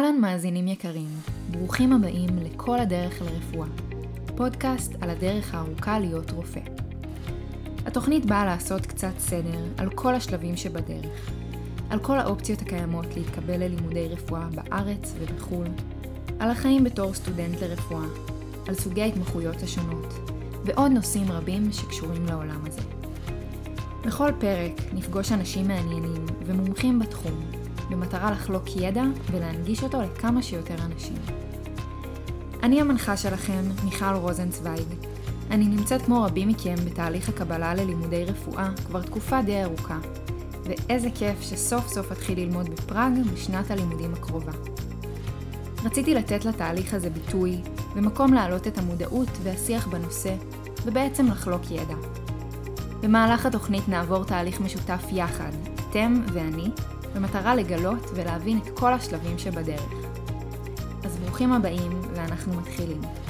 אהלן מאזינים יקרים, ברוכים הבאים לכל הדרך לרפואה, פודקאסט על הדרך הארוכה להיות רופא. התוכנית באה לעשות קצת סדר על כל השלבים שבדרך, על כל האופציות הקיימות להתקבל ללימודי רפואה בארץ ובחו"ל, על החיים בתור סטודנט לרפואה, על סוגי ההתמחויות השונות, ועוד נושאים רבים שקשורים לעולם הזה. בכל פרק נפגוש אנשים מעניינים ומומחים בתחום, במטרה לחלוק ידע ולהנגיש אותו לכמה שיותר אנשים. אני המנחה שלכם, מיכל רוזנצוויג. אני נמצאת כמו רבים מכם בתהליך הקבלה ללימודי רפואה כבר תקופה די ארוכה, ואיזה כיף שסוף סוף אתחיל ללמוד בפראג בשנת הלימודים הקרובה. רציתי לתת לתהליך הזה ביטוי, ומקום להעלות את המודעות והשיח בנושא, ובעצם לחלוק ידע. במהלך התוכנית נעבור תהליך משותף יחד, אתם ואני, במטרה לגלות ולהבין את כל השלבים שבדרך. אז ברוכים הבאים ואנחנו מתחילים.